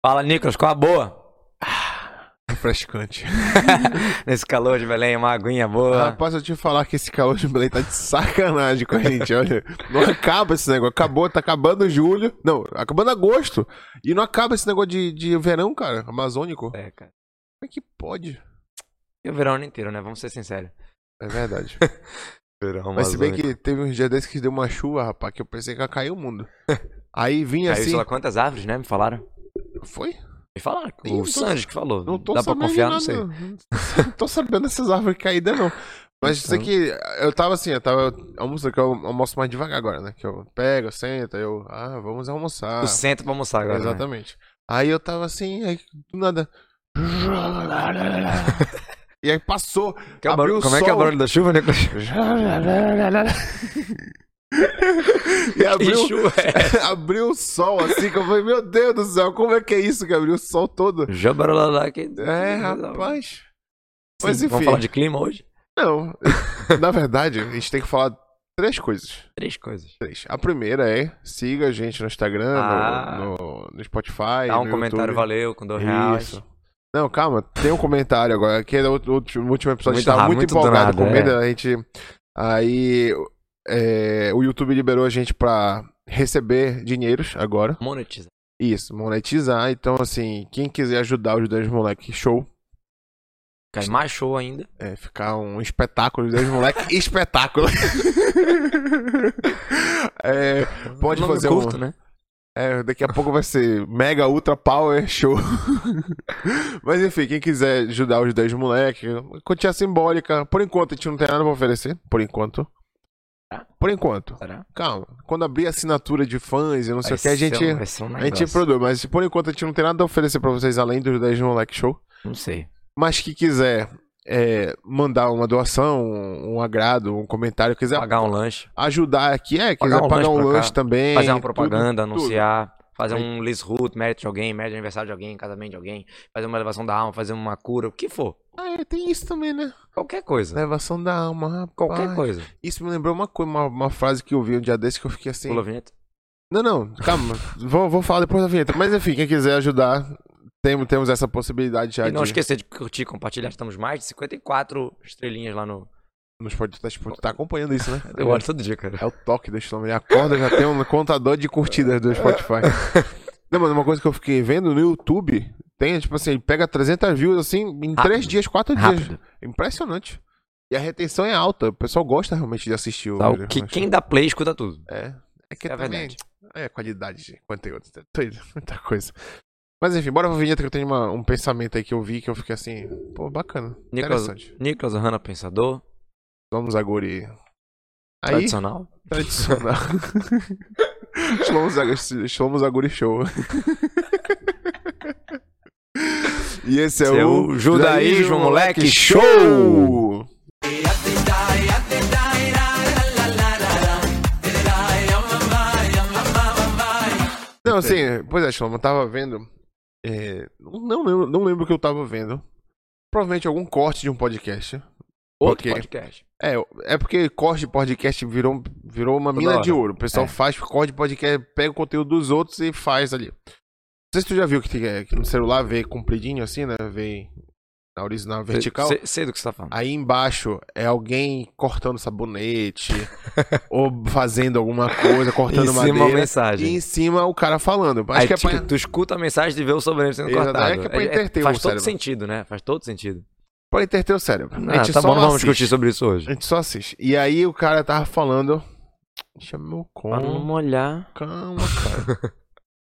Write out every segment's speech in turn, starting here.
Fala, Nicolas, qual a boa? Refrescante. Nesse calor de Belém, uma aguinha boa. Rapaz, eu te falar que esse calor de Belém tá de sacanagem com a gente, olha. Não acaba esse negócio. Acabou, tá acabando julho. Não, acabando agosto. E não acaba esse negócio de verão, cara. Amazônico. É, cara. Como é que pode? E o verão inteiro, né? Vamos ser sinceros. É verdade. Verão Mas se bem amazônico. que teve uns dias desses que deu uma chuva, rapaz, que eu pensei que ia cair o mundo. Aí vinha Caiu, assim... sei lá quantas árvores, né? Me falaram. Foi? Me falaram. Ih, não O tô- Sandy que falou. Não tô Dá pra sabendo confiar? de Não sei. nada. Não tô sabendo dessas árvores caídas, não. Mas isso Então. aqui, eu tava almoçando, que eu almoço mais devagar agora, né? Que eu pego, eu sento, vamos almoçar. Tu senta pra almoçar agora, né? Exatamente. Aí eu tava assim, aí do nada. E aí passou. Abriu o Como é que é o sol. barulho da chuva, Nicolas? E abriu, Que chuva é? abriu o sol assim, que eu falei, meu Deus do céu, como é que é isso que abriu o sol todo? Jabaralá, que... É, rapaz. Sim, Mas enfim. vamos falar de clima hoje? Não, na verdade, a gente tem que falar três coisas. Três coisas. Três. A primeira é, siga a gente no Instagram, no Spotify, Dá um no comentário, YouTube. valeu, com R$2. Isso. Não, calma, tem um comentário agora, que no último episódio a gente Muito tava rápido, muito muito empolgado do com nada, comida, a gente... Aí, o YouTube liberou a gente pra receber dinheiros agora. Monetiza. Isso, monetizar. Então, assim, quem quiser ajudar os dois moleques, show. Cai mais show ainda. É, ficar um espetáculo, os dois moleques, espetáculo. Pode Nome fazer curto, né? daqui a pouco vai ser Mega Ultra Power Show. Mas enfim, quem quiser ajudar os 10 moleques, quantia simbólica. Por enquanto a gente não tem nada pra oferecer. Por enquanto. Por enquanto. Será? Calma. Quando abrir assinatura de fãs e não sei o que, a gente negócio. produz. Mas por enquanto a gente não tem nada a oferecer pra vocês além dos 10 moleque show. Não sei. Mas que quiser mandar uma doação, um agrado, um comentário, quiser Pagar um lanche. ajudar aqui, quiser Pagar um pagar um lanche pra lanche cá, também. Fazer uma tudo, propaganda, tudo. anunciar. Fazer Aí- um Liz Root, mérito de alguém, mérito de aniversário de alguém, casamento de alguém. Fazer uma elevação da alma, fazer uma cura, o que for. Tem isso também, né? Qualquer coisa. Elevação da alma, rapaz. Qualquer coisa. Isso me lembrou uma frase que eu vi um dia desse que eu fiquei assim... Pula a vinheta. Não, calma. vou falar depois da vinheta. Mas enfim, quem quiser ajudar, temos essa possibilidade já E não de... esquecer de curtir, compartilhar. Estamos mais de 54 estrelinhas lá no... Nos podcasts, tu tá acompanhando isso, né? Eu olho todo dia, cara. É o toque do Stallone. Ele acorda, já tem um contador de curtidas do Spotify. Não, mano, uma coisa que eu fiquei vendo no YouTube, tem, tipo assim, ele pega 300 views, assim, em Rápido. 3 dias, 4 dias. Rápido. Impressionante. E a retenção é alta. O pessoal gosta realmente de assistir o Tá, vídeo. quem dá play escuta tudo. É que É também... verdade. É qualidade de conteúdo. Muita coisa. Mas enfim, bora pra vinheta que eu tenho um pensamento aí que eu vi que eu fiquei assim, pô, bacana. Interessante. Nicolas Hanna Pensador. Vamos a Guri. Aí, Tradicional. tradicional. Shlomo Zaguri Show. E esse é o Judaísmo Moleque Show! Não, assim, pois é, Shlomo, eu tava vendo. Não lembro o que eu tava vendo. Provavelmente algum corte de um podcast. Outro Porque- podcast. É porque corte de podcast virou uma Toda mina hora. de ouro. O pessoal É. faz corte de podcast, pega o conteúdo dos outros e faz ali. Não sei se tu já viu que no celular vê compridinho assim, né? Vê na horizontal, vertical. Sei do que você tá falando. Aí embaixo é alguém cortando sabonete ou fazendo alguma coisa, cortando Em cima madeira. uma mensagem. E em cima o cara falando. Acho Aí que é pra... tu escuta a mensagem de ver o sobrenome sendo Exato, cortado. é que é pra entreter faz o todo cérebro. sentido, né? Faz todo sentido. pra entreter o cérebro. Ah, a gente tá só bom, não vamos assiste. discutir sobre isso hoje. A gente só assiste. E aí o cara tava falando... Chama meu Pra não com... molhar. Calma, cara.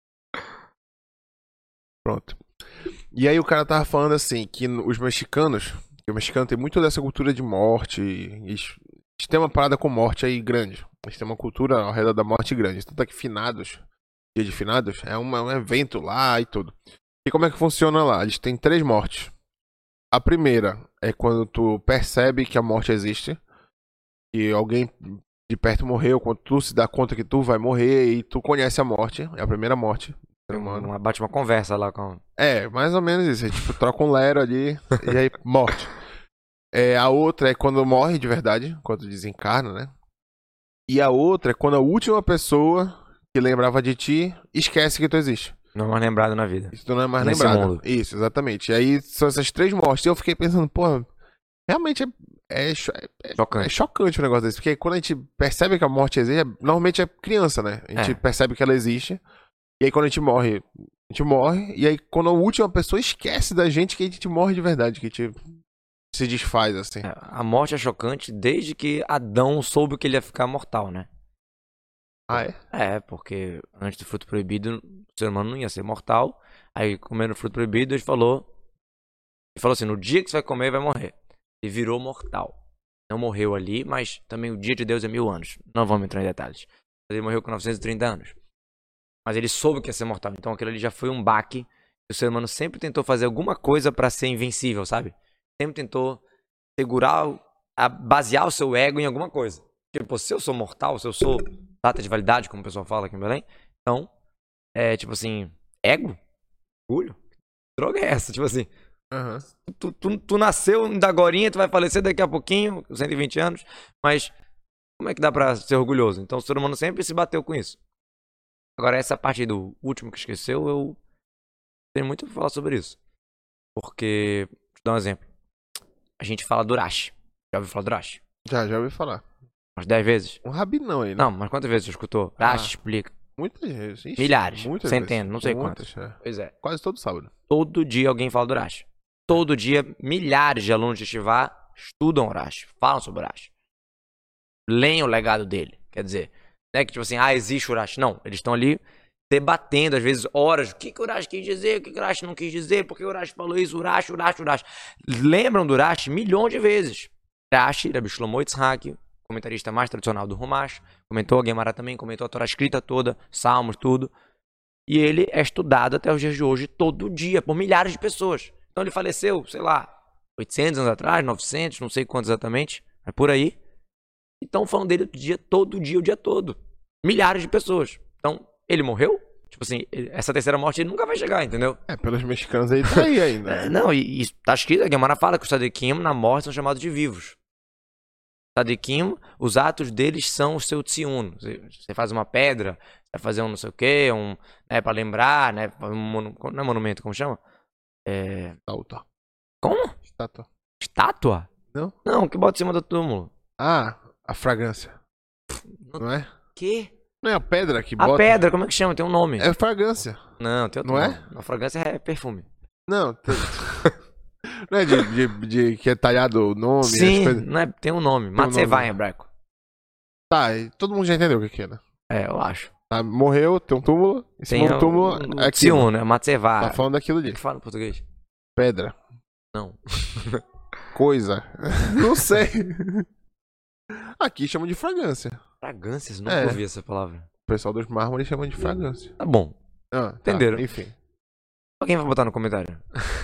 Pronto. E aí o cara tava falando assim, que os mexicanos... Que o mexicano tem muito dessa cultura de morte. Eles têm uma parada com morte aí grande. Eles têm uma cultura ao redor da morte grande. Tanto é que finados, dia de finados, é um evento lá e tudo. E como é que funciona lá? Eles têm 3 mortes. A primeira é quando tu percebe que a morte existe. Que alguém de perto morreu, quando tu se dá conta que tu vai morrer e tu conhece a morte. É a primeira morte. Bate uma conversa lá com... Mais ou menos isso. É, tipo, troca um lero ali e aí morte. A outra é quando morre de verdade, quando desencarna, né? E a outra é quando a última pessoa que lembrava de ti esquece que tu existe. Não é mais lembrado na vida. Isso não é mais Nesse lembrado. mundo. Isso, exatamente. E aí são essas 3 mortes. E eu fiquei pensando, pô, realmente é Chocante. chocante o negócio desse. Porque quando a gente percebe que a morte existe, normalmente é criança, né? A gente percebe que ela existe. E aí quando a gente morre. E aí quando a última pessoa esquece da gente, que a gente morre de verdade. Que a gente se desfaz, assim. A morte é chocante desde que Adão soube que ele ia ficar mortal, né? Ah, é? É, porque antes do fruto proibido, o ser humano não ia ser mortal. Aí, comendo o fruto proibido, ele falou assim, no dia que você vai comer, vai morrer. Ele virou mortal. Não morreu ali, mas também o dia de Deus é 1000 anos. Não vamos entrar em detalhes. Ele morreu com 930 anos. Mas ele soube que ia ser mortal. Então aquilo ali já foi um baque. O ser humano sempre tentou fazer alguma coisa pra ser invencível, sabe? Sempre tentou segurar, basear o seu ego em alguma coisa. Tipo, se eu sou mortal, se eu sou data de validade, como o pessoal fala aqui em Belém, então, tipo assim, ego? Orgulho? Que droga é essa? Tipo assim, tu nasceu ainda agorinha, tu vai falecer daqui a pouquinho, 120 anos, mas como é que dá pra ser orgulhoso? Então o ser humano sempre se bateu com isso. Agora, essa parte aí do último que esqueceu, eu tenho muito pra falar sobre isso. Porque, vou te dar um exemplo. A gente fala do Urashi. Já ouviu falar do Urashi? Já ouvi falar. Umas 10 vezes? Um rabinão aí, né? Não, mas quantas vezes você escutou? Urashi explica. Muitas vezes. Ixi, Milhares, muitas centenas, vezes. não sei Muitas, quantas. é. Pois é. Quase todo sábado. Todo dia alguém fala do Urashi. Todo dia, milhares de alunos de Shivá estudam Urashi, falam sobre Urashi. Leem o legado dele. Quer dizer, não é que tipo assim, existe Urashi. Não, eles estão ali debatendo, às vezes, horas. O que o Urashi quis dizer, o que o Urashi não quis dizer, por que o Urashi falou isso, Urashi. Lembram do Urashi milhões de vezes. Urashi, Rabbi Shlomo Yitzhak, comentarista mais tradicional do Rumash, comentou a Gemara também, comentou a Torá escrita toda, Salmos, tudo. E ele é estudado até os dias de hoje todo dia, por milhares de pessoas. Então ele faleceu, sei lá, 800 anos atrás, 900, não sei quantos exatamente, é por aí. E estão falando dele todo dia, o dia todo. Milhares de pessoas. Então, ele morreu? Tipo assim, essa terceira morte ele nunca vai chegar, entendeu? Pelos mexicanos aí tá aí ainda. Não, e tá escrito, a Gemara fala que os Tzadikim na morte são chamados de vivos. Tzadikim, os atos deles são o seu tzion. Você faz uma pedra, você vai fazer um não sei o quê, né, pra lembrar, né? Não é monumento, como chama? Estátua. Como? Estátua? Não? Não, que bota em cima do túmulo. A fragrância. Não é? Que? Não é a pedra que bota? A pedra, como é que chama? Tem um nome. É fragrância. Não, tem outro não nome. É? A fragrância é perfume. Não, não é de que é talhado o nome? Sim, não é, tem um nome. Matsevá em hebraico. Tá, e todo mundo já entendeu o que é, né? Eu acho. Tá, morreu, tem um túmulo. Esse Tem túmulo o é aquilo. Tzion, né? Matsevá. Tá falando daquilo O ali. que fala em português? Pedra. Não. Coisa. Não sei. Aqui chamam de fragrância. Fragrâncias? Nunca ouvi essa palavra. O pessoal dos mármores chama de fragrância. Tá bom. Entenderam? Tá, enfim. Alguém vai botar no comentário.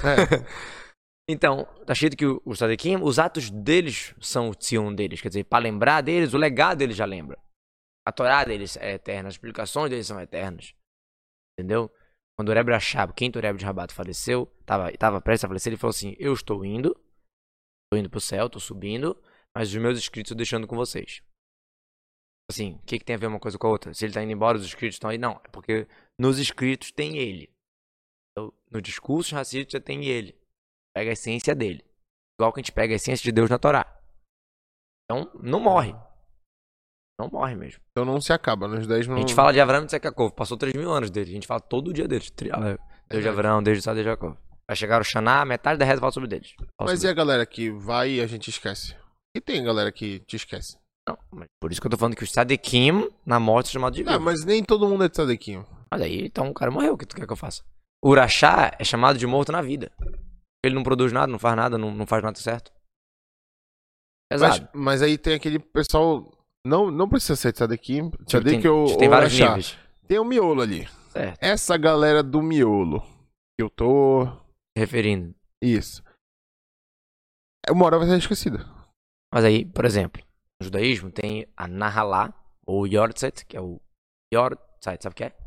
Então, tá escrito que os Tzadikim, os atos deles são o tzion deles. Quer dizer, pra lembrar deles, o legado deles já lembra. A Torá deles é eterna, as explicações deles são eternas. Entendeu? Quando o Rebbe Rashab, o quinto Rebbe de Rabat, faleceu, tava prestes a falecer, ele falou assim, eu estou indo pro céu, tô subindo, mas os meus escritos eu deixando com vocês. Assim, o que tem a ver uma coisa com a outra? Se ele tá indo embora, os escritos estão aí? Não, é porque nos escritos tem ele. Então, no discurso racista já tem ele. Pega a essência dele. Igual que a gente pega a essência de Deus na Torá. Então, não morre. Não morre mesmo. Então não se acaba, nos 10 A gente fala de Avraham e de Yaakov, passou 3.000 anos dele. A gente fala todo dia deles. Deus de Avraham, Deus de Isaac, Deus de Jacob. Vai chegar o Shaná, metade da reza fala sobre deles. Mas e a galera que vai e a gente esquece? E tem galera que te esquece? Não, mas por isso que eu tô falando que os Tzadikim na morte são chamados de vivos. Mas nem todo mundo é tzadikim. Mas aí, então o cara morreu, o que tu quer que eu faça? O Urachá é chamado de morto na vida. Ele não produz nada, não faz nada, não faz nada certo. Exato. Mas aí tem aquele pessoal... Não precisa ser tzadikim. Tzadik tem vários níveis. Tem um miolo ali. Certo. Essa galera do miolo. Que eu tô... referindo. Isso. Uma hora vai ser esquecida. Mas aí, por exemplo, no judaísmo tem a Nahalá, ou Yortzeit, que é o Yortzeit, sabe o que é?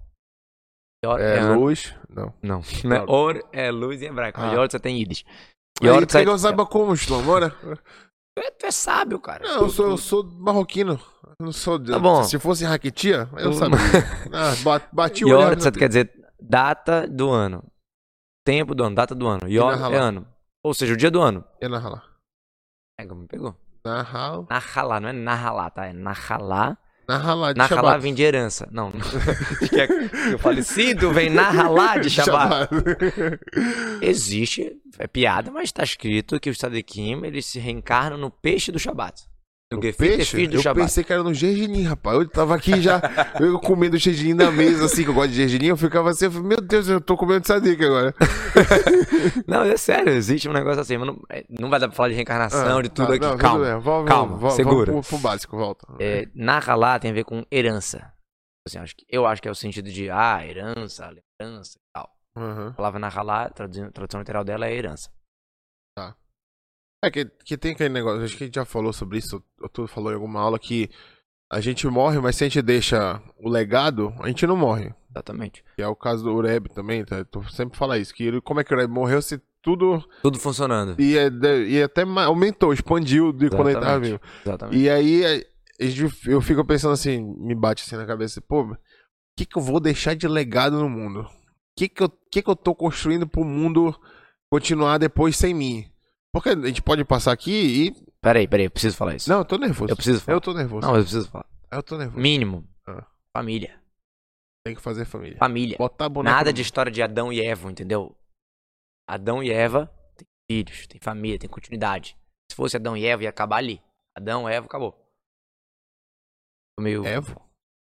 Luz? Não. Não. Or é luz em hebraico, mas Yortzeit tem Yiddish. Yortzeit que eu saiba como, Shlomo, Tu é sábio, cara. Não, eu sou marroquino. Eu não sou... Tá bom. Se fosse Raquitia, eu sabia. Bati o Yortzeit quer dizer data do ano, tempo do ano, data do ano, na Yom Halá? é ano. Ou seja, o dia do ano. E na Halá? Me pegou. Na Halá. Nahalá, não é Nahalá, tá? É Nahalá. Na Halá de Nahalá Shabbat. vem de herança. Não. Que o falecido vem Nahalá de Shabbat. Existe, é piada, mas tá escrito que os Tzadikim, eles se reencarnam no peixe do Shabbat. No gefilte fish do Eu Shabbat. pensei que era no gergelim, rapaz. Eu tava aqui já, eu comendo gergelim na mesa, assim, que eu gosto de gergelim. Eu ficava assim, eu falei, meu Deus, eu tô comendo tzadik agora. Não, é sério, existe um negócio assim, mas não vai dar pra falar de reencarnação, de tudo aqui. Não, Calma, tudo bem. calma, segura. Vamos pro básico, volta. Nahalá tem a ver com herança. Assim, eu acho que é o sentido de, herança, lembrança e tal. Uhum. A palavra Nahalá, a tradução literal dela é herança. Tá. É que tem aquele negócio, acho que a gente já falou sobre isso, ou tu falou em alguma aula, que a gente morre, mas se a gente deixa o legado, a gente não morre. Exatamente. Que é o caso do Ureb também, tá? Tu sempre fala isso, que ele, como é que o Ureb morreu se tudo... Tudo funcionando. E até aumentou, expandiu de quando ele tava vivo. Exatamente. E aí eu fico pensando assim, me bate assim na cabeça, pô, o que eu vou deixar de legado no mundo? O que eu tô construindo pro mundo continuar depois sem mim? Porque a gente pode passar aqui e... Peraí, eu preciso falar isso. Não, eu tô nervoso. Eu preciso falar. Eu tô nervoso. Não, eu preciso falar. Eu tô nervoso. Mínimo. Ah. Família. Tem que fazer família. Família. Botar boneco Nada no- de história de Adão e Eva, entendeu? Adão e Eva tem filhos, tem família, tem continuidade. Se fosse Adão e Eva, ia acabar ali. Adão, Eva, acabou. Meio... Evo?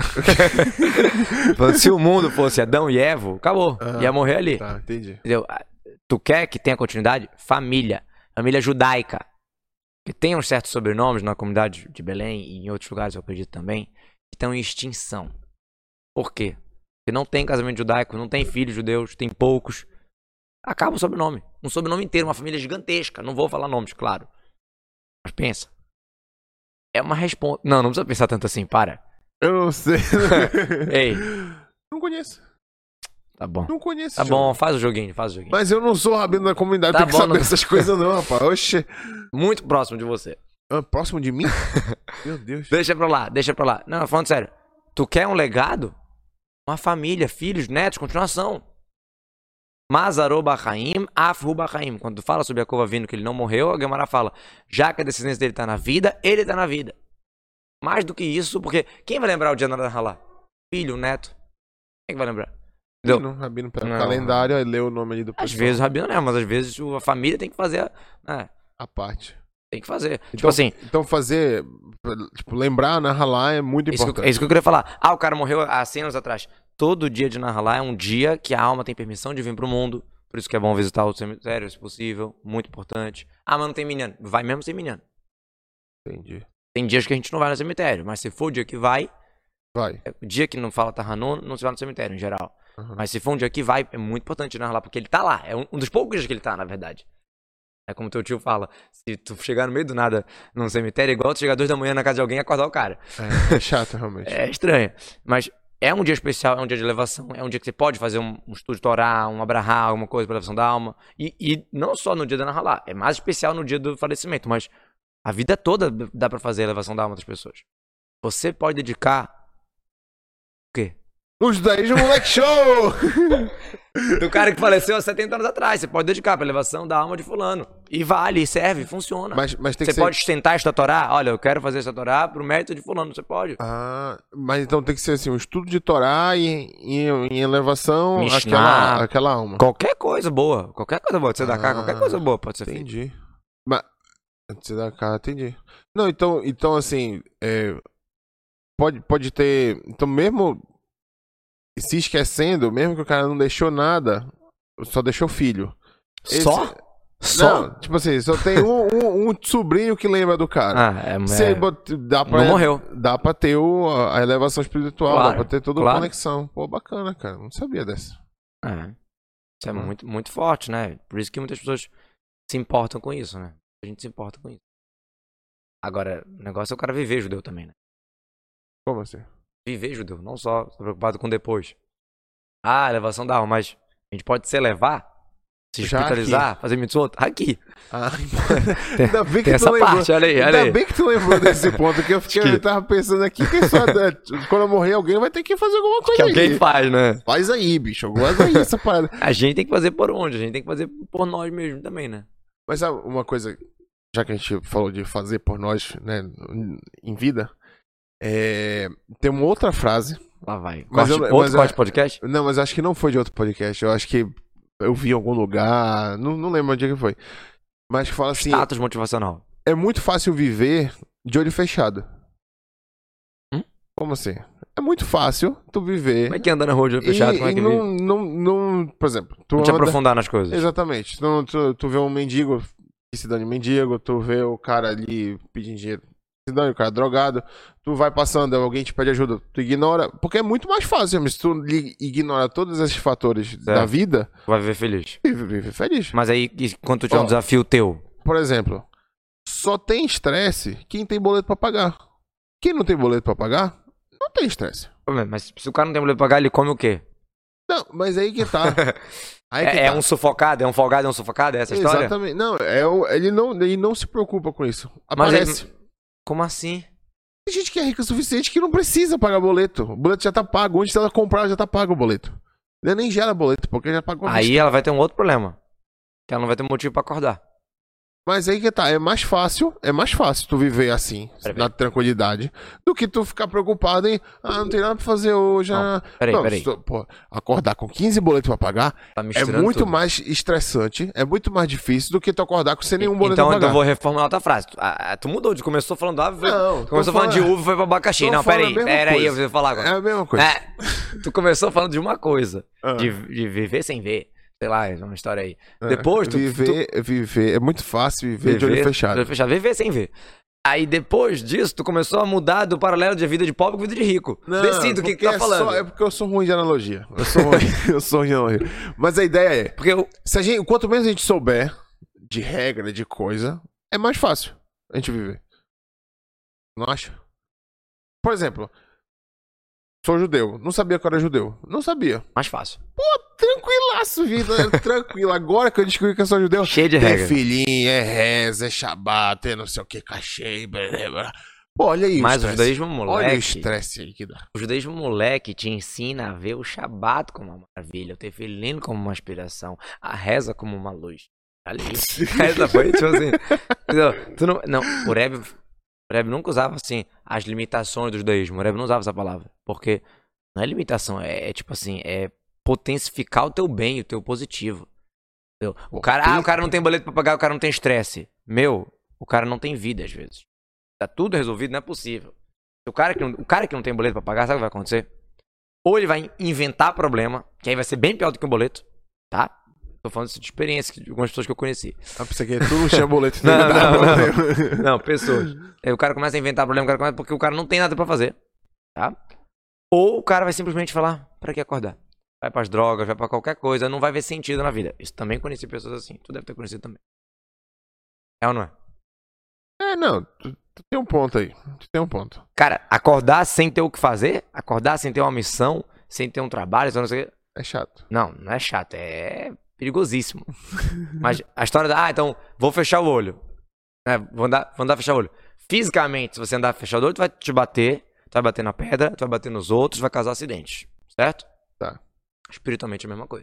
Se o mundo fosse Adão e Eva, acabou. Ah, Ia morrer ali. Tá, entendi. Entendeu? Tu quer que tenha continuidade? Família. Família judaica. Que tem uns certos sobrenomes na comunidade de Belém e em outros lugares, eu acredito também, que estão em extinção. Por quê? Porque não tem casamento judaico, não tem filhos judeus, tem poucos. Acaba o sobrenome. Um sobrenome inteiro, uma família gigantesca. Não vou falar nomes, claro. Mas pensa. É uma resposta. Não precisa pensar tanto assim, para. Eu não sei. Ei. Não conheço. Tá bom. Não conheço. Tá esse jogo. bom, faz o joguinho. Mas eu não sou rabino da comunidade, Tá tem que bom, saber não- essas coisas não, rapaz. Oxe. Muito próximo de você. Próximo de mim? Meu Deus. Deixa pra lá. Não, falando sério. Tu quer um legado? Uma família, filhos, netos, continuação. Mazarô Bachaim, Afru Bachaim. Quando tu fala sobre Jacob Avinu que ele não morreu, a Gemara fala, já que a descendência dele tá na vida, ele tá na vida. Mais do que isso, porque quem vai lembrar o dia da Halá? Filho, neto. Quem que vai lembrar? Entendeu? Rabino pega o Não. calendário e lê o nome ali do Às pessoal. vezes o rabino não, mas às vezes a família tem que fazer. A parte. Tem que fazer. Tipo Então, assim, Então fazer... Tipo, lembrar, narrar lá é muito isso importante. é isso que eu queria falar. O cara morreu há 100 anos atrás. Todo dia de Nahalá é um dia que a alma tem permissão de vir pro mundo. Por isso que é bom visitar o cemitério, se possível. Muito importante. Mas não tem minyan. Vai mesmo sem minyan. Entendi. Tem dias que a gente não vai no cemitério. Mas se for o dia que vai, Vai. o dia que não fala Tahanun, não se vai no cemitério, em geral. Uhum. Mas se for um dia que vai, é muito importante Nahalá, porque ele tá lá. É um dos poucos dias que ele tá, na verdade. É como teu tio fala. Se tu chegar no meio do nada num cemitério, é igual tu chegar 2 da manhã na casa de alguém e acordar o cara. É chato, realmente. É estranho. Mas é um dia especial, é um dia de elevação, é um dia que você pode fazer um estudo de Torá, um abrahá, alguma coisa para elevação da alma. E não só no dia da Nahalá, é mais especial no dia do falecimento, mas a vida toda dá para fazer a elevação da alma das pessoas. Você pode dedicar o quê? Os 10 do Moleque Show! Do cara que faleceu há 70 anos atrás. Você pode dedicar pra elevação da alma de fulano. E vale, serve, funciona. Mas tem Você que ser... pode sustentar esta Torá? Olha, eu quero fazer essa Torá pro mérito de fulano. Você pode. Mas então tem que ser assim, um estudo de Torá e em elevação Mishnah. aquela alma. Qualquer coisa boa. Qualquer coisa boa. Tzedakah, qualquer coisa boa pode ser feita. Entendi. Mas... Tzedakah, entendi. Não, então assim, pode ter... Então mesmo se esquecendo, mesmo que o cara não deixou nada, só deixou filho. Só? Só? Não, tipo assim, só tem um sobrinho que lembra do cara. Dá pra, não morreu. Dá pra ter a elevação espiritual, Claro, dá pra ter toda a claro. conexão. Pô, bacana, cara. Não sabia dessa. Isso é muito, muito forte, né? Por isso que muitas pessoas se importam com isso, né? A gente se importa com isso. Agora, o negócio é o cara viver judeu também, né? Como assim? Viver judeu, não só preocupado com depois. Elevação da alma, mas a gente pode se elevar Se Já espiritualizar, fazer mitzvot, aqui. Ah, ainda bem que Tem tu essa lembrou. parte, olha aí, olha Ainda aí. bem que tu lembrou desse ponto, que eu tava pensando aqui que só, quando eu morrer alguém vai ter que fazer alguma coisa Que aí. alguém faz, né? Faz aí, bicho. Faz aí essa parada. A gente tem que fazer por onde? A gente tem que fazer por nós mesmos também, né? Mas sabe uma coisa, já que a gente falou de fazer por nós, né, em vida, tem uma outra frase. Lá vai. Mas Outro corte podcast? Não, mas acho que não foi de outro podcast. Eu acho que eu vi em algum lugar, não lembro onde é que foi. Mas que fala assim, Status motivacional. é muito fácil viver de olho fechado. Como assim? É muito fácil tu viver. Como é que anda na rua de olho fechado? Como é que vive? não, por exemplo, tu Não te anda... aprofundar nas coisas. Exatamente. Tu vê um mendigo que se dane mendigo, tu vê o cara ali pedindo dinheiro, se dane o cara drogado, tu vai passando, alguém te pede ajuda, tu ignora, porque é muito mais fácil, mas se tu ignora todos esses fatores da vida, Tu vai viver feliz. vive feliz. Mas aí, quando tu tiver um desafio teu, Por exemplo, só tem estresse quem tem boleto pra pagar. Quem não tem boleto pra pagar, não tem estresse. mas se o cara não tem boleto pra pagar, ele come o quê? Não, mas aí que tá. Aí que É tá. um sufocado, é um folgado, é um sufocado, é essa a história? Exatamente. Não, ele não se preocupa com isso. Mas Aparece. como assim? Tem gente que é rica o suficiente que não precisa pagar boleto. O boleto já tá pago. Onde ela comprar, já tá pago o boleto. Ela nem gera boleto, porque já pagou a vista. Aí ela vai ter um outro problema. Que ela não vai ter motivo pra acordar. Mas aí que tá, é mais fácil tu viver assim, na tranquilidade, do que tu ficar preocupado em, não tem nada pra fazer hoje. Peraí. Acordar com 15 boletos pra pagar Tá é misturando muito tudo. mais estressante, é muito mais difícil do que tu acordar com sem nenhum boleto Então pra pagar. eu vou reformular outra frase. Tu mudou, começou falando da ave, Não, começou falando de uva e foi pra abacaxi. tô Não, falando a mesma peraí, eu coisa. vou falar agora. É a mesma coisa. Tu começou falando de uma coisa, Ah. de viver sem ver. Sei lá, é uma história aí. Depois viver, é muito fácil viver de olho fechado. Viver sem ver. Aí depois disso, tu começou a mudar do paralelo de vida de pobre com vida de rico. Decide o que tu tá falando. É porque eu sou ruim de analogia. Eu sou ruim, eu sou ruim de analogia. Mas a ideia é, Porque quanto menos a gente souber de regra, de coisa, é mais fácil a gente viver. Não acha? Por exemplo, sou judeu. Não sabia que eu era judeu. Não sabia. mais fácil. Tranquilaço, vida. Tranquilo. Agora que eu descobri que eu sou judeu. Cheio de Tem regra. filhinho, é reza, é shabat, é não sei o que, cachê, blá, blá, blá. Pô, olha aí Mas o estresse. judaísmo Olha o moleque, estresse aí que dá. o judaísmo moleque te ensina a ver o Shabat como uma maravilha, o tefilin como uma inspiração, a reza como uma luz. Ali, a reza foi tipo assim. Não, o Rebbe nunca usava assim as limitações do judaísmo. O Rebbe não usava essa palavra, porque não é limitação, é tipo assim, é potencificar o teu bem, o teu positivo. Entendeu? O cara não tem boleto pra pagar, o cara não tem estresse. O cara não tem vida às vezes. Tá tudo resolvido, não é possível. O cara que não tem boleto pra pagar, sabe o que vai acontecer? Ou ele vai inventar problema, que aí vai ser bem pior do que um boleto, tá? Tô falando isso de experiência de algumas pessoas que eu conheci. Pensei que tu não tinha boleto. Não, pessoas. Aí o cara começa a inventar problema, porque o cara não tem nada pra fazer, tá? Ou o cara vai simplesmente falar, pra que acordar? Vai pras drogas, vai pra qualquer coisa, não vai ver sentido na vida. Isso também conheci pessoas assim. Tu deve ter conhecido também. É ou não é? Não, tu tem um ponto aí. Tu tem um ponto. Cara, acordar sem ter o que fazer, acordar sem ter uma missão, sem ter um trabalho, só não sei o quê. É chato. Não é chato, é perigosíssimo. Mas a história então, vou fechar o olho. Vou andar fechar o olho. Fisicamente, se você andar fechar o olho, tu vai te bater, tu vai bater na pedra, tu vai bater nos outros, vai causar acidentes. Certo? Tá. Espiritualmente é a mesma coisa.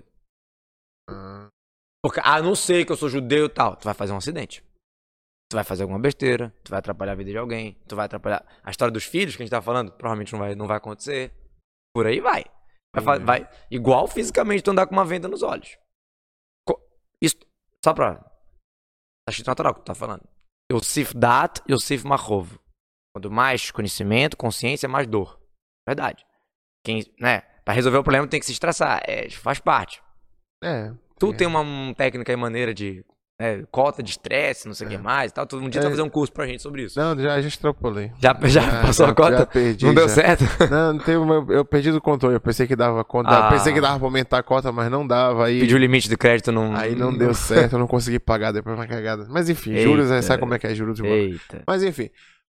Porque, não sei que eu sou judeu e tal. Tu vai fazer um acidente. Tu vai fazer alguma besteira, tu vai atrapalhar a vida de alguém, tu vai atrapalhar a história dos filhos que a gente tá falando, provavelmente não vai acontecer. Por aí vai. Vai igual fisicamente tu andar com uma venda nos olhos. Isso, só pra... Tá escrito natural que tu tá falando. Yosif dat, Yosif machov. Quanto mais conhecimento, consciência, mais dor. Verdade. Pra resolver o problema tem que se estressar. Faz parte. Tu tem uma técnica e maneira de... cota de estresse, não sei o que mais e tal. Um dia tu vai fazer um curso pra gente sobre isso. Não, já extrapolei. Já passou a cota? Já perdi, não deu já. certo? Não teve eu perdi do controle. Eu pensei que dava conta. Pensei que dava pra aumentar a cota, mas não dava. Aí Pediu o limite de crédito, não... Aí não deu certo, eu não consegui pagar depois uma cagada. Mas enfim, Eita. juros, sabe como é que é juros? Eita. Mas enfim.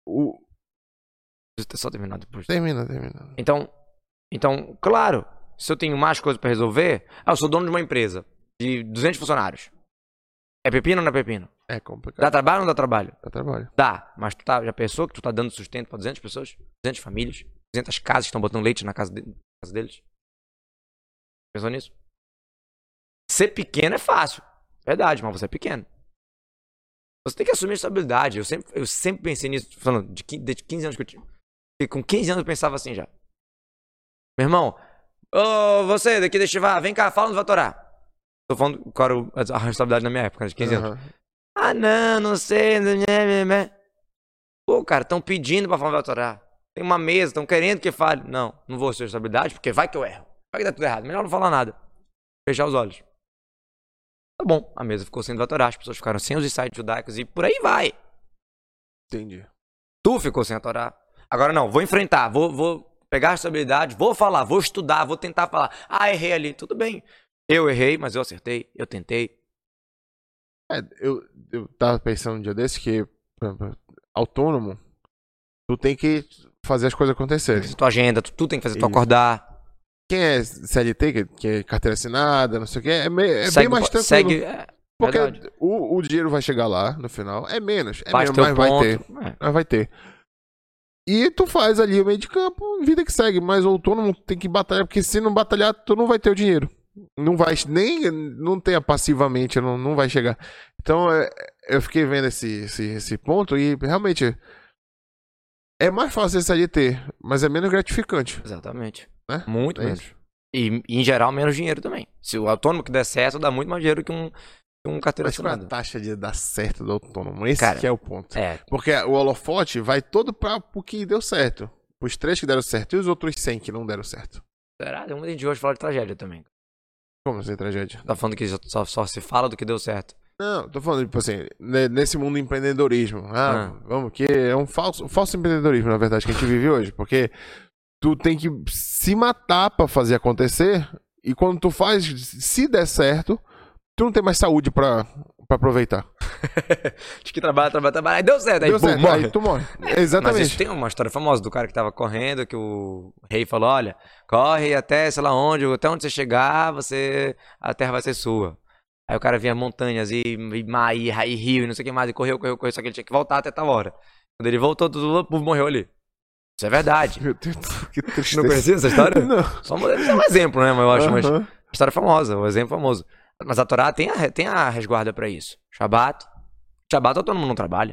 Só terminar depois. Termina. Então, claro, se eu tenho mais coisas pra resolver... eu sou dono de uma empresa. de 200 funcionários. É pepino ou não é pepino? É complicado. Dá trabalho ou não dá trabalho? Dá trabalho. Dá, mas tu já pensou que tu tá dando sustento pra 200 pessoas? 200 famílias? 200 casas que estão botando leite na casa deles? Pensou nisso? Ser pequeno é fácil. Verdade, mas você é pequeno. Você tem que assumir responsabilidade. Eu sempre pensei nisso, falando desde 15 anos que eu tinha. Com 15 anos eu pensava assim já. Meu irmão, você daqui deixa eu vá, vem cá, fala onde vai torar. Tô falando qual era a responsabilidade na minha época, de 15 anos. Ah, não sei. Pô, cara, estão pedindo pra falar onde vai torar. Tem uma mesa, estão querendo que fale. Não vou ser responsabilidade, porque vai que eu erro. Vai que dá tudo errado. Melhor não falar nada. Fechar os olhos. Tá bom, a mesa ficou sem atorar, as pessoas ficaram sem os insights judaicos e por aí vai. Entendi. Tu ficou sem atorar. Agora não, vou enfrentar, vou pegar a responsabilidade, vou falar, vou estudar, vou tentar falar. Ah, errei ali, tudo bem. Eu errei, mas eu acertei, eu tentei. Eu tava pensando um dia desse que, por exemplo, autônomo, tu tem que fazer as coisas acontecerem. Tua agenda, tu tem que fazer tu acordar. Quem é CLT, que é carteira assinada, não sei o que, é bem mais tranquilo. Porque o dinheiro vai chegar lá no final. É menos, mas vai ter. E tu faz ali o meio de campo, vida que segue. Mas o autônomo tem que batalhar, porque se não batalhar, tu não vai ter o dinheiro. Não vai, não tenha passivamente, não vai chegar. Então eu fiquei vendo esse ponto e realmente é mais fácil esse CLT, mas é menos gratificante. Exatamente. Né? Muito menos. E em geral, menos dinheiro também. Se o autônomo que der certo, dá muito mais dinheiro que um carteira assinada. Mas qual é a taxa de dar certo do autônomo? Esse que é o ponto. É. Porque o holofote vai todo pro que deu certo. Os 3 que deram certo e os outros 100 que não deram certo. Será? Tem muita gente hoje fala de tragédia também. Como assim, tragédia? Tá falando que só se fala do que deu certo. Não, tô falando, tipo assim, nesse mundo do empreendedorismo. Vamos, que é um falso empreendedorismo, na verdade, que a gente vive hoje. Porque tu tem que se matar pra fazer acontecer. E quando tu faz, se der certo, tu não tem mais saúde pra aproveitar. Acho que trabalha. Aí deu certo. Aí, morre. Aí tu morre. Exatamente. Mas isso tem uma história famosa do cara que tava correndo, que o rei falou, olha, corre até sei lá onde, até onde você chegar, a terra vai ser sua. Aí o cara vinha montanhas e mar e rio e não sei o que mais, e correu, só que ele tinha que voltar até tal hora. Quando ele voltou, todo o povo morreu ali. Isso é verdade. Meu Deus, que tristeza. Não conhecia essa história? Não. Só um exemplo, né? Mas eu acho uma história famosa, um exemplo famoso. Mas a Torá tem a resguarda pra isso. Shabat todo mundo não trabalha.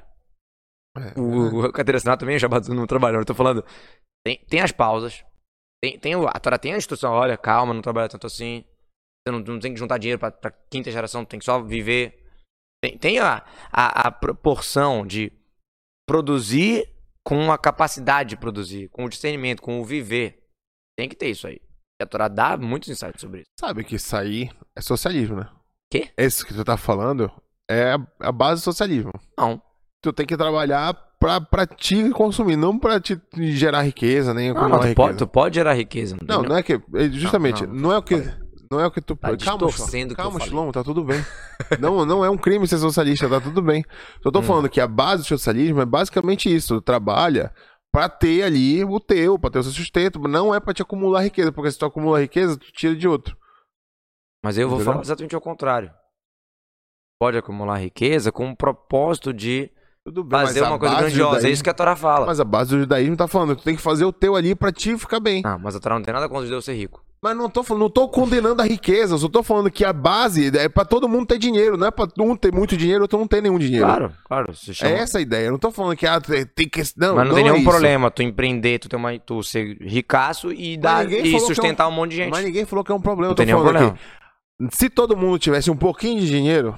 O carteira assinada também, o Shabat todo mundo trabalha. Eu tô falando, tem as pausas. A Torá tem a instrução, olha, calma, não trabalha tanto assim. Você não tem que juntar dinheiro pra quinta geração, tem que só viver. Tem a proporção de produzir com a capacidade de produzir, com o discernimento, com o viver. Tem que ter isso aí. E a Torá dá muitos insights sobre isso. Sabe que isso aí é socialismo, né? Quê? Esse que tu tá falando é a base do socialismo. Não. Tu tem que trabalhar pra te consumir, não pra te gerar riqueza, nem acumular riqueza. Tu pode gerar riqueza. Não é que... Justamente, não é o que... Não é o que tu... Tá distorcendo calma, Shlomo, tá tudo bem. não é um crime ser socialista, tá tudo bem. Eu tô falando que a base do socialismo é basicamente isso. Tu trabalha pra ter ali o teu, pra ter o seu sustento. Não é pra te acumular riqueza, porque se tu acumula riqueza, tu tira de outro. Mas eu vou falar exatamente ao contrário. Pode acumular riqueza com o propósito de fazer uma coisa grandiosa. É isso que a Torá fala. Mas a base do judaísmo tá falando que tu tem que fazer o teu ali pra ti ficar bem. Ah, mas a Torá não tem nada contra o judeu ser rico. Mas não tô condenando a riqueza, eu só tô falando que a base é pra todo mundo ter dinheiro, não é pra um ter muito dinheiro e outro não ter nenhum dinheiro. Claro. É essa a ideia, eu não tô falando que tem que... Não, mas não tem nenhum problema tu empreender, tu ser ricaço e sustentar um monte de gente. Mas ninguém falou que é um problema, eu tô falando que se todo mundo tivesse um pouquinho de dinheiro,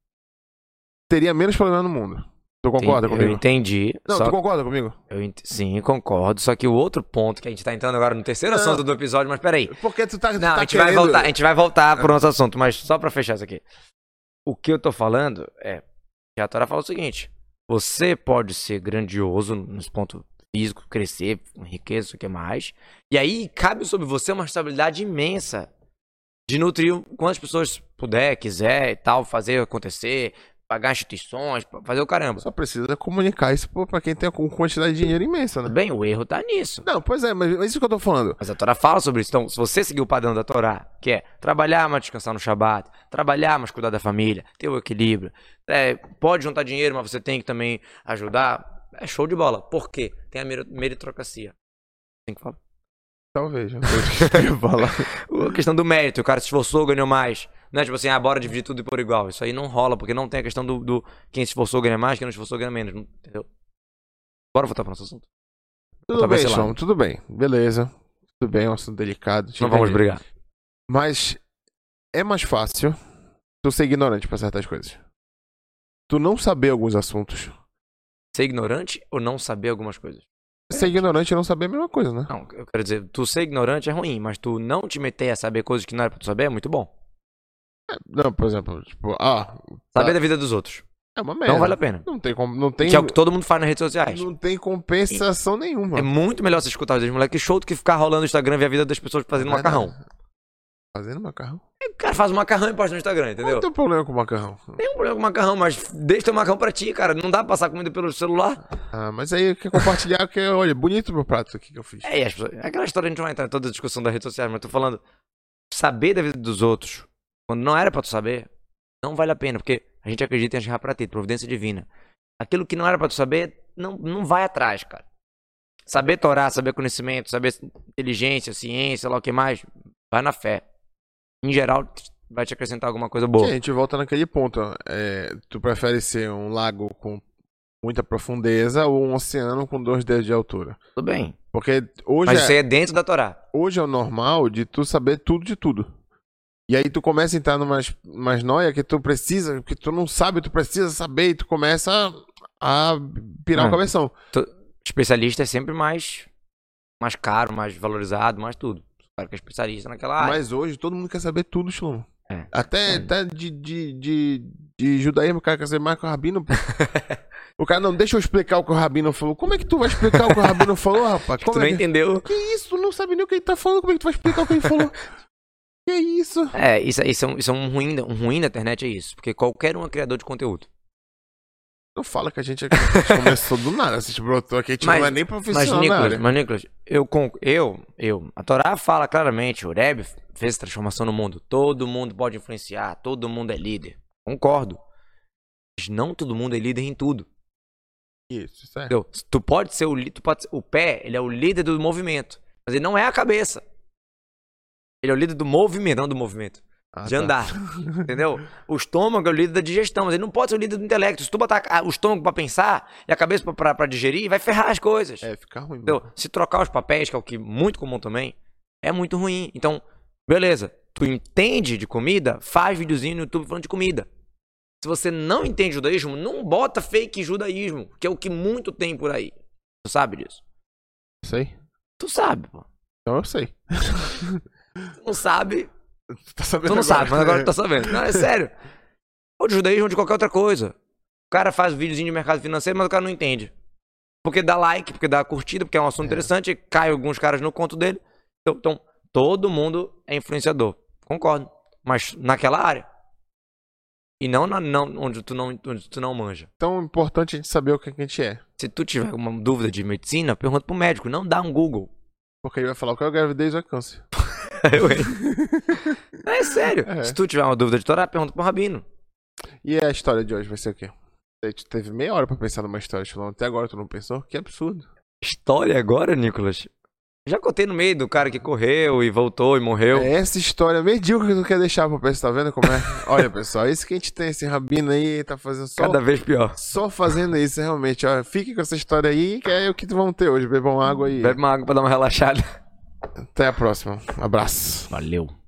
teria menos problema no mundo. Tu concorda comigo? Eu entendi. Não, tu concorda comigo? Sim, concordo. Só que o outro ponto que a gente tá entrando agora no terceiro assunto do episódio, mas peraí. Porque tu tá Não, a gente vai voltar pro nosso assunto, mas só pra fechar isso aqui. O que eu tô falando é que a Torá fala o seguinte: você pode ser grandioso nesse ponto físico, crescer, riqueza, o que mais. E aí cabe sobre você uma responsabilidade imensa de nutrir quantas pessoas puder, quiser e tal, fazer acontecer. pagar instituições, fazer o caramba. Só precisa comunicar isso pra quem tem uma quantidade de dinheiro imensa, né? Bem, o erro tá nisso. Não, pois é, mas isso que eu tô falando. Mas a Torá fala sobre isso. Então, se você seguir o padrão da Torá, que é trabalhar, mas descansar no Shabat, trabalhar, mas cuidar da família, ter o equilíbrio, pode juntar dinheiro, mas você tem que também ajudar, é show de bola. Por quê? Tem a meritocracia. Tem que falar. Talvez, não sei o que eu ia falar. A questão do mérito, o cara se esforçou, ganhou mais. Não é tipo assim, bora dividir tudo por igual. Isso aí não rola, porque não tem a questão do quem se esforçou ganha mais, quem não se esforçou ganha menos. Entendeu? Bora voltar para o nosso assunto. Tudo bem, João, tudo bem. Beleza. Tudo bem, é um assunto delicado. Não vamos brigar. Mas é mais fácil tu ser ignorante pra certas coisas. Tu não saber alguns assuntos. Ser ignorante ou não saber algumas coisas? Ser ignorante e não saber é a mesma coisa, né? Não, eu quero dizer, tu ser ignorante é ruim, mas tu não te meter a saber coisas que não era pra tu saber é muito bom. Não, por exemplo, tipo, saber da vida dos outros. É uma merda. Não vale a pena. Não tem como, não tem. Que é o que todo mundo faz nas redes sociais. Não tem compensação nenhuma. É muito melhor você escutar os moleques show do que ficar rolando no Instagram e ver a vida das pessoas fazendo macarrão. Fazendo macarrão? O cara faz um macarrão e posta no Instagram, entendeu? Não tem problema com macarrão. Tem um problema com macarrão, mas deixa teu macarrão pra ti, cara. Não dá pra passar comida pelo celular. Mas aí quer compartilhar, que olha, bonito o meu prato aqui que eu fiz. E as pessoas, aquela história, a gente não vai entrar em toda a discussão das redes sociais, mas eu tô falando, saber da vida dos outros, quando não era pra tu saber, não vale a pena, porque a gente acredita em achar pra ti, providência divina. Aquilo que não era pra tu saber, não vai atrás, cara. Saber Torá, saber conhecimento, saber inteligência, ciência, lá o que mais, vai na fé. Em geral, vai te acrescentar alguma coisa boa. A gente volta naquele ponto. Tu prefere ser um lago com muita profundeza ou um oceano com 2 dedos de altura? Tudo bem. Porque hoje mas isso aí é dentro da Torá. Hoje é o normal de tu saber tudo de tudo. E aí tu começa a entrar numa noia que tu precisa, que tu não sabe, tu precisa saber, e tu começa a pirar o cabeção. Especialista é sempre mais caro, mais valorizado, mais tudo. O cara que é especialista naquela área. Mas hoje todo mundo quer saber tudo, Shlomo. Até de judaísmo, o cara quer saber mais que o Rabino. O cara, não, deixa eu explicar o que o Rabino falou. Como é que tu vai explicar o que o Rabino falou, rapaz? Tu não entendeu? Que isso? Tu não sabe nem o que ele tá falando. Como é que tu vai explicar o que ele falou? Que isso? Isso é um ruim da internet, é isso. Porque qualquer um é criador de conteúdo. Não fala que a gente começou do nada, a gente brotou aqui, a gente não é nem profissional. Mas Nicolas, a Torá fala claramente, o Rebbe fez transformação no mundo. Todo mundo pode influenciar, todo mundo é líder. Concordo. Mas não todo mundo é líder em tudo. Isso, certo. Entendeu? Tu pode ser o pé, ele é o líder do movimento. Mas ele não é a cabeça. Ele é o líder do movimento, não do movimento. De andar, entendeu? O estômago é o líder da digestão, mas ele não pode ser o líder do intelecto. Se tu botar o estômago pra pensar e a cabeça pra digerir, vai ferrar as coisas. Fica ruim. Entendeu? Se trocar os papéis, que é o que é muito comum também, é muito ruim. Então, beleza, tu entende de comida, faz videozinho no YouTube falando de comida. Se você não entende judaísmo, não bota fake judaísmo, que é o que muito tem por aí. Tu sabe disso? Sei. Tu sabe, pô. Então eu sei. Tu não sabe... Tu não sabe, mas agora tu tá sabendo. Não, é sério. Ou de judaísmo ou de qualquer outra coisa. O cara faz videozinho de mercado financeiro, mas o cara não entende. Porque dá like, porque dá curtida, porque é um assunto interessante, cai alguns caras no conto dele. Então, todo mundo é influenciador. Concordo. Mas naquela área. E não onde tu não manja. Então é importante a gente saber o que a gente é. Se tu tiver uma dúvida de medicina, pergunta pro médico, não dá um Google. Porque ele vai falar o que é gravidez ou é câncer. É sério. Se tu tiver uma dúvida de Torá, pergunta pro Rabino. E a história de hoje vai ser o quê? Tu teve meia hora pra pensar numa história, Shlomo. Até agora tu não pensou? Que absurdo. História agora, Nicolas? Já contei no meio do cara que correu e voltou e morreu. É essa história medíocre que tu quer deixar pra pensar, tá vendo como é? Olha, pessoal, isso que a gente tem, esse Rabino aí, tá fazendo só... Cada vez pior. Só fazendo isso, realmente. Ó, fique com essa história aí, que é o que vamos ter hoje. Bebam água aí. Bebe uma água pra dar uma relaxada. Até a próxima. Abraço. Valeu.